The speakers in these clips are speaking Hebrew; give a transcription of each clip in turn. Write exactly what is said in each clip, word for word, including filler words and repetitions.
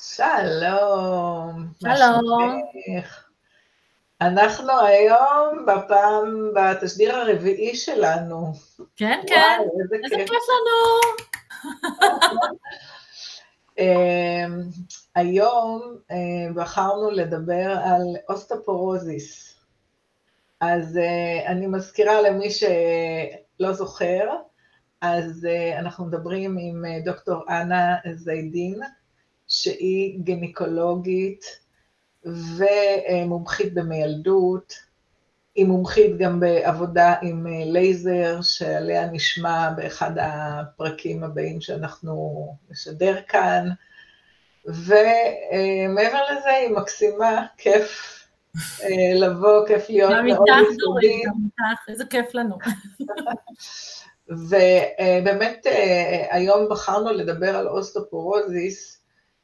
שלום, מה שלום. שלומך? אנחנו היום בפעם, בתשדיר הרביעי שלנו. כן, כן, וואי, איזה איזה כיף. כיף לנו. אמ, היום אה, בחרנו לדבר על אוסטאופורוזיס. אז אה, אני מזכירה למי שלא זוכר, אז אה, אנחנו מדברים עם אה, דוקטור אנה זיידין, שהיא גינקולוגית ומומחית במיילדות, היא מומחית גם בעבודה עם לייזר, שעליה נשמע באחד הפרקים הבאים שאנחנו נשדר כאן, ומעבר לזה היא מקסימה, כיף לבוא, כיף להיות גם מאוד איתך דורית, ייחודית. גם איתך, איזה כיף לנו. ובאמת היום בחרנו לדבר על אוסטאופורוזיס,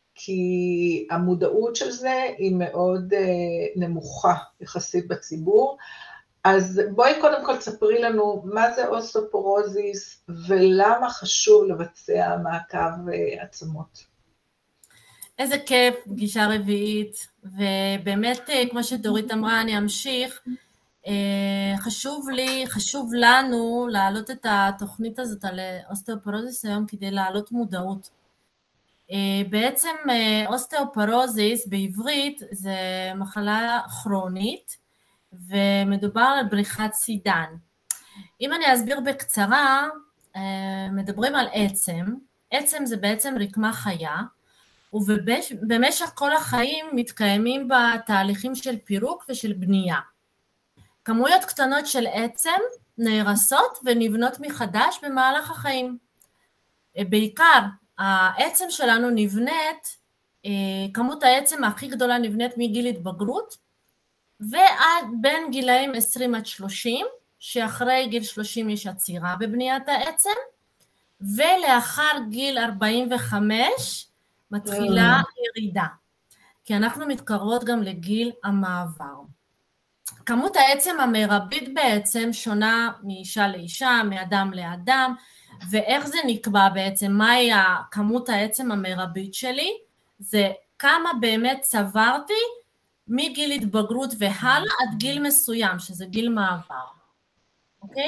כי המודעות של זה היא מאוד נמוכה יחסית בציבור. אז בואי קודם כל תספרי לנו מה זה אוסטאופורוזיס ולמה חשוב לבצע מעקב עצמות. איזה כיף, פגישה רביעית, ובאמת כמו שדורית אמרה, אני אמשיך. חשוב לי, חשוב לנו להעלות את התוכנית הזאת על אוסטאופורוזיס היום כדי להעלות מודעות. בעצם אוסטאופורוזיס בעברית זה מחלה כרונית, ומדובר על בריחת סידן. אם אני אסביר בקצרה, מדברים על עצם. עצם זה בעצם רקמה חיה, ובמשך כל החיים מתקיימים בה תהליכים של פירוק ושל בנייה. כמויות קטנות של עצם נהרסות ונבנות מחדש במהלך החיים. בעיקר העצם שלנו נבנית, כמות העצם הכי גדולה נבנית מגיל התבגרות, ועד בין גילאים עשרים עד שלושים, שאחרי גיל שלושים יש עצירה בבניית העצם, ולאחר גיל ארבעים וחמש מתחילה ירידה, כי אנחנו מתקרבות גם לגיל המעבר. כמות העצם המרבית בעצם שונה מאישה לאישה, מאדם לאדם, ואיך זה נקבע בעצם, מהי כמות העצם המרבית שלי? זה כמה באמת צברתי מגיל התבגרות והלאה עד גיל מסוים, שזה גיל מעבר. אוקיי?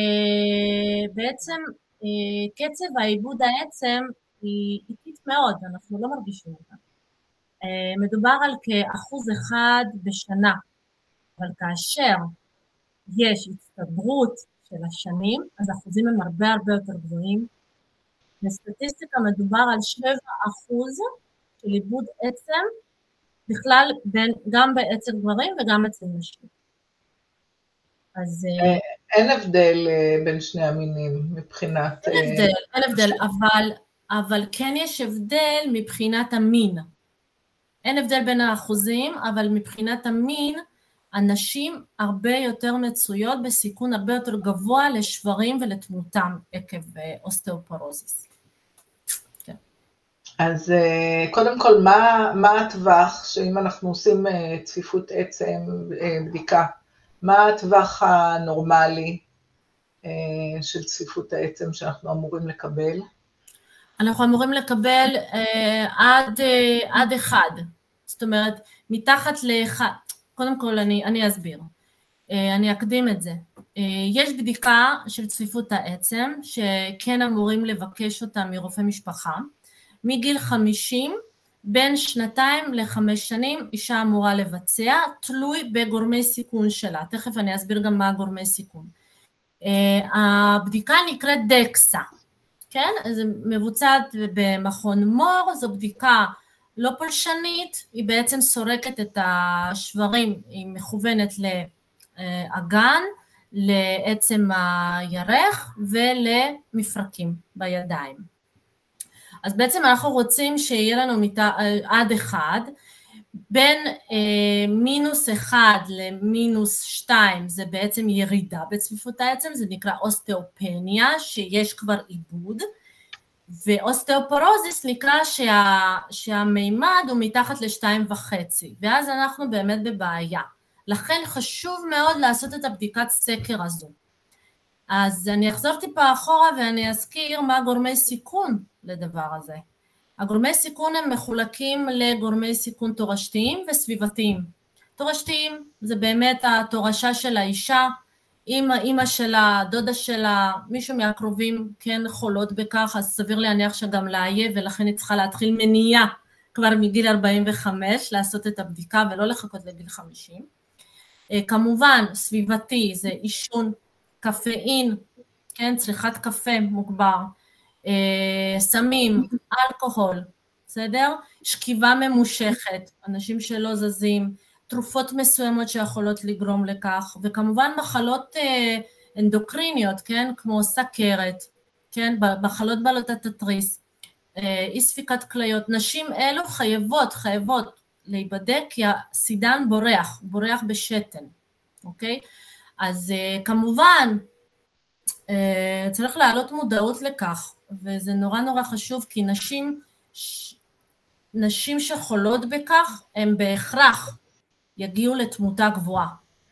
בעצם קצב העיבוד העצם היא איטית מאוד, אנחנו לא מרגישים אותה. מדובר על כאחוז אחד בשנה, אבל כאשר יש הצטברות של השנים, אז האחוזים הם הרבה הרבה יותר גבוהים. בסטטיסטיקה מדובר על שבע אחוז של עיבוד עצם, בכלל בין, גם אצל גברים וגם אצל נשים. אז אין הבדל בין שני המינים מבחינת... אין הבדל, אין הבדל, אבל, אבל כן יש הבדל מבחינת המין. אין הבדל בין האחוזים, אבל מבחינת המין, הנשים הרבה יותר מצויות בסיכון הרבה יותר גבוה לשברים ולתמותם עקב אוסטאופורוזיס. כן. אז קודם כל, מה, מה הטווח שאם אנחנו עושים צפיפות עצם, בדיקה, מה הטווח הנורמלי של צפיפות העצם שאנחנו אמורים לקבל? אנחנו אמורים לקבל אה, עד, אה, עד אחד. זאת אומרת, מתחת לאחד. קודם כל אני, אני אסביר. אה, אני אקדים את זה. אה, יש בדיקה של צפיפות העצם, שכן אמורים לבקש אותה מרופא משפחה. מגיל חמישים, בין שנתיים לחמש שנים, אישה אמורה לבצע, תלוי בגורמי סיכון שלה. תכף אני אסביר גם מה גורמי סיכון. הבדיקה נקראת דקסה, כן? זה מבוצעת במכון מור, זו בדיקה לא פולשנית, היא בעצם סורקת את השברים, היא מכוונת לאגן, לעצם הירך ולמפרקים בידיים. אז בעצם אנחנו רוצים שיהיה לנו מיטה, עד אחד, בין אה, מינוס אחד למינוס שתיים זה בעצם ירידה בצפיפות העצם, זה נקרא אוסטאופניה, שיש כבר עיבוד, ואוסטאופורוזיס נקרא שה, שהמימד הוא מתחת לשתיים וחצי, ואז אנחנו באמת בבעיה. לכן חשוב מאוד לעשות את הבדיקת סקר הזו. אז אני אחזור טיפה אחורה ואני אזכיר מה גורמי סיכון לדבר הזה. הגורמי סיכון הם מחולקים לגורמי סיכון תורשתיים וסביבתיים. תורשתיים זה באמת התורשה של האישה, אמא, אמא שלה, דודה שלה, מישהו מהקרובים כן חולות בכך, אז סביר להניח שגם לההיה, ולכן היא צריכה להתחיל מניעה כבר מגיל ארבעים וחמש, לעשות את הבדיקה ולא לחכות לגיל חמישים. כמובן, סביבתי זה עישון, קפאין, כן, צריכת קפה מוגבר, סמים, אלכוהול, בסדר? שכיבה ממושכת, אנשים שלא זזים, תרופות מסוימות שיכולות לגרום לכך, וכמובן מחלות אנדוקריניות, כן, כמו סכרת, כן, מחלות בעלות התריס, אי ספיקת כליות, נשים אלו חייבות, חייבות להיבדק, כי הסידן בורח, בורח בשתן, אוקיי? אז כמובן, צריך להעלות מודעות לכך, וזה נורא נורא חשוב, כי נשים, נשים שחולות בכך, הן בהכרח יגיעו לתמותה גבוהה.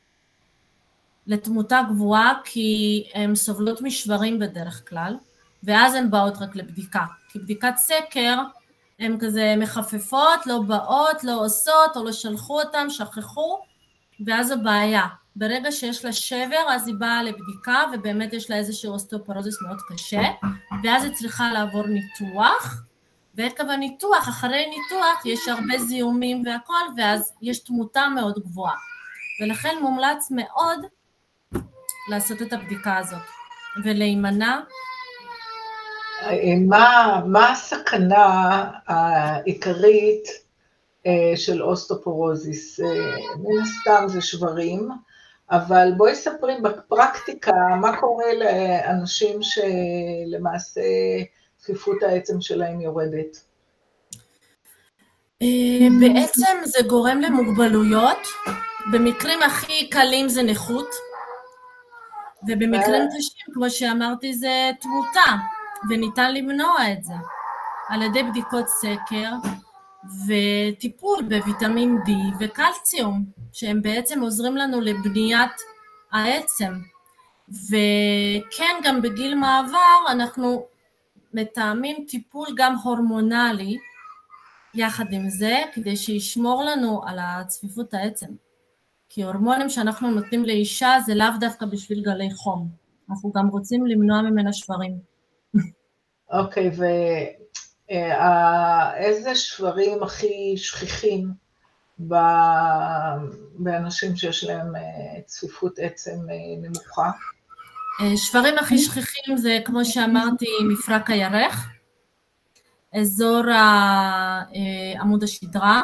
לתמותה גבוהה, כי הן סובלות משברים בדרך כלל, ואז הן באות רק לבדיקה. כי בדיקת סקר, הן כזה מחפפות, לא באות, לא עושות, או לא שלחו אותן, שכחו, ואז הבעיה. ברגע שיש לה שבר, אז היא באה לבדיקה, ובאמת יש לה איזשהו אוסטאופורוזיס מאוד קשה, ואז היא צריכה לעבור ניתוח, ועקב הניתוח, אחרי ניתוח, יש הרבה זיהומים והכל, ואז יש תמותה מאוד גבוהה. ולכן מומלץ מאוד לעשות את הבדיקה הזאת, ולהימנע. מה, מה הסכנה העיקרית של אוסטאופורוזיס? מן הסתם זה שברים, אבל בואי ספרי בפרקטיקה מה קורה לאנשים שלמעשה צפיפות העצם שלהם יורדת. בעצם זה גורם למוגבלויות, במקרים הכי קלים זה נכות, ובמקרים קשים, כמו שאמרתי, זה תמותה, וניתן למנוע את זה על ידי בדיקות סקר, וטיפול בוויטמין D וקלציום, שהם בעצם עוזרים לנו לבניית העצם. וכן, גם בגיל מעבר אנחנו מתאמים טיפול גם הורמונלי, יחד עם זה, כדי שישמור לנו על הצפיפות העצם. כי הורמונים שאנחנו נותנים לאישה זה לאו דווקא בשביל גלי חום. אנחנו גם רוצים למנוע ממנה שברים. אוקיי, ואיזה שברים הכי שכיחים באנשים שיש להם צפיפות עצם נמוכה? שברים הכי שכיחים זה, כמו שאמרתי, מפרק הירך, אזור עמוד השדרה,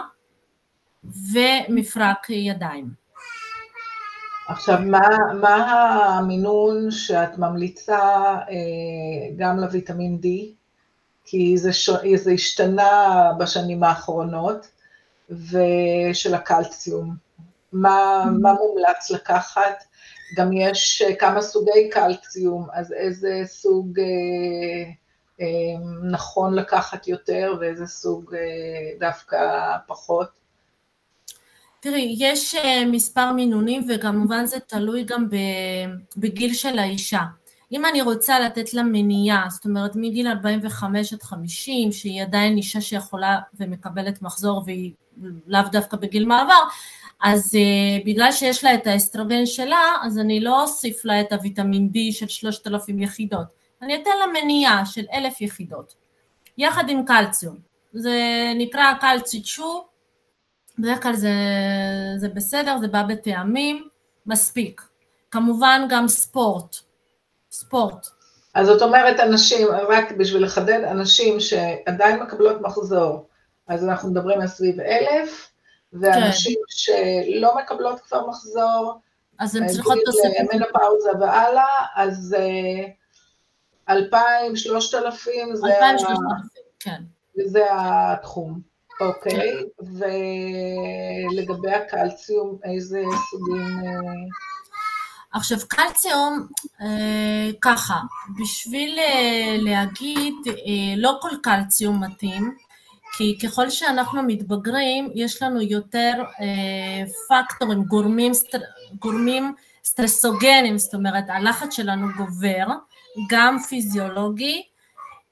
ומפרק ידיים. עכשיו, מה, מה המינון שאת ממליצה גם לויטמין D? כי זה, זה השתנה בשנים האחרונות, ושל הקלציום. מה, מה מומלץ לקחת? גם יש כמה סוגי קלציום, אז איזה סוג אה, אה, נכון לקחת יותר, ואיזה סוג אה, דווקא פחות? תראי, יש מספר מינונים, וכמובן זה תלוי גם בגיל של האישה. אם אני רוצה לתת לה מניעה, זאת אומרת מגיל ארבעים וחמש עד חמישים, שהיא עדיין אישה שיכולה ומקבלת מחזור, והיא לאו דווקא בגיל מעבר, אז uh, בגלל שיש לה את האסטרוגן שלה, אז אני לא אוסיף לה את הוויטמין D של שלושת אלפים יחידות, אני אתן לה מניעה של אלף יחידות, יחד עם קלציום. זה נקרא קלציצ'ו, בדרך כלל זה, זה בסדר, זה בא בטעמים, מספיק. כמובן גם ספורט, ספורט. אז זאת אומרת, אנשים, רק בשביל לחדד, אנשים שעדיין מקבלות מחזור, אז אנחנו מדברים על סביב אלף, ואנשים כן. שלא מקבלות כבר מחזור, אז הן צריכות תוספת. מנופאוזה והלאה, אז אלפיים, שלושת אלפים, זה, אלפיים, שלושת אלפים, כן. זה התחום. אוקיי, ולגבי הקלציום, איזה סוגים? עכשיו, קלציום, ככה, בשביל להגיד, לא כל קלציום מתאים, כי ככל שאנחנו מתבגרים, יש לנו יותר פקטורים, גורמים, גורמים סטרסוגנים, זאת אומרת, הלחץ שלנו גובר, גם פיזיולוגי,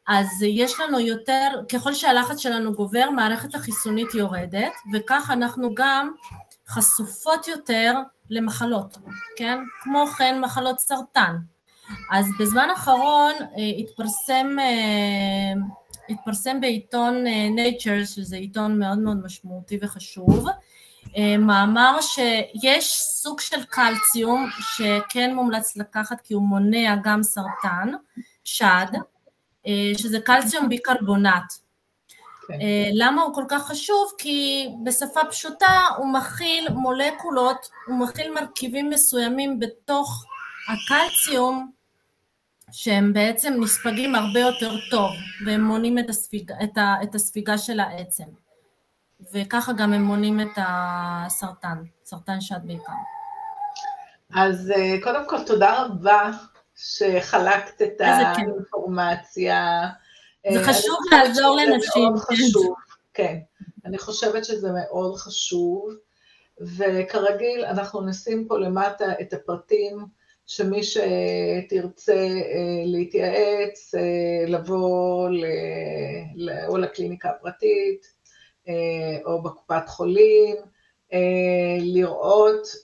אז יש לנו יותר, ככל שהלחץ שלנו גובר, מערכת החיסונית יורדת, וכך אנחנו גם חשופות יותר למחלות, כן? כמו כן מחלות סרטן. אז בזמן האחרון התפרסם, התפרסם בעיתון Nature, שזה עיתון מאוד מאוד משמעותי וחשוב, מאמר שיש סוג של קלציום שכן מומלץ לקחת כי הוא מונע גם סרטן, שד, שזה קלציום ביקרבונט. Okay. למה הוא כל כך חשוב? כי בשפה פשוטה הוא מכיל מולקולות, הוא מכיל מרכיבים מסוימים בתוך הקלציום, שהם בעצם נספגים הרבה יותר טוב, והם מונים את הספיגה, את ה, את הספיגה של העצם. וככה גם הם מונים את הסרטן, סרטן שד בעיקר. אז קודם כל תודה רבה שחלקת את האינפורמציה. זה חשוב לעזור לנשים. זה חשוב, כן. אני חושבת שזה מאוד חשוב, וכרגיל אנחנו נשים פה למטה את הפרטים, שמי שתרצה להתייעץ, לבוא או לקליניקה הפרטית, או בקופת חולים, לראות,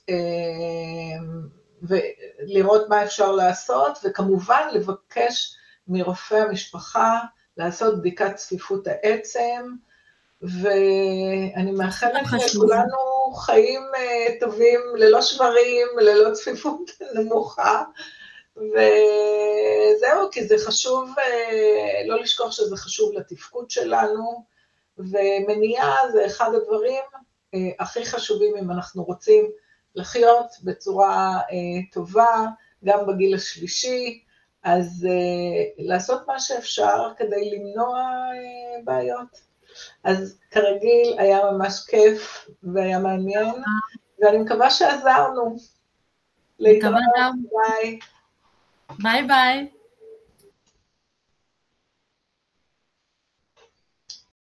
ולראות מה אפשר לעשות, וכמובן לבקש מרופא המשפחה לעשות בדיקת צפיפות העצם, ואני מאחלת לכולנו חיים טובים, ללא שברים, ללא צפיפות נמוכה, וזהו, כי זה חשוב, לא לשכוח שזה חשוב לתפקוד שלנו, ומניעה זה אחד הדברים הכי חשובים אם אנחנו רוצים לחיות בצורה טובה, גם בגיל השלישי, אז לעשות מה שאפשר כדי למנוע בעיות. אז כרגיל היה ממש כיף והיה מעניין, ואני מקווה שעזרנו. להתראות, ביי. ביי ביי.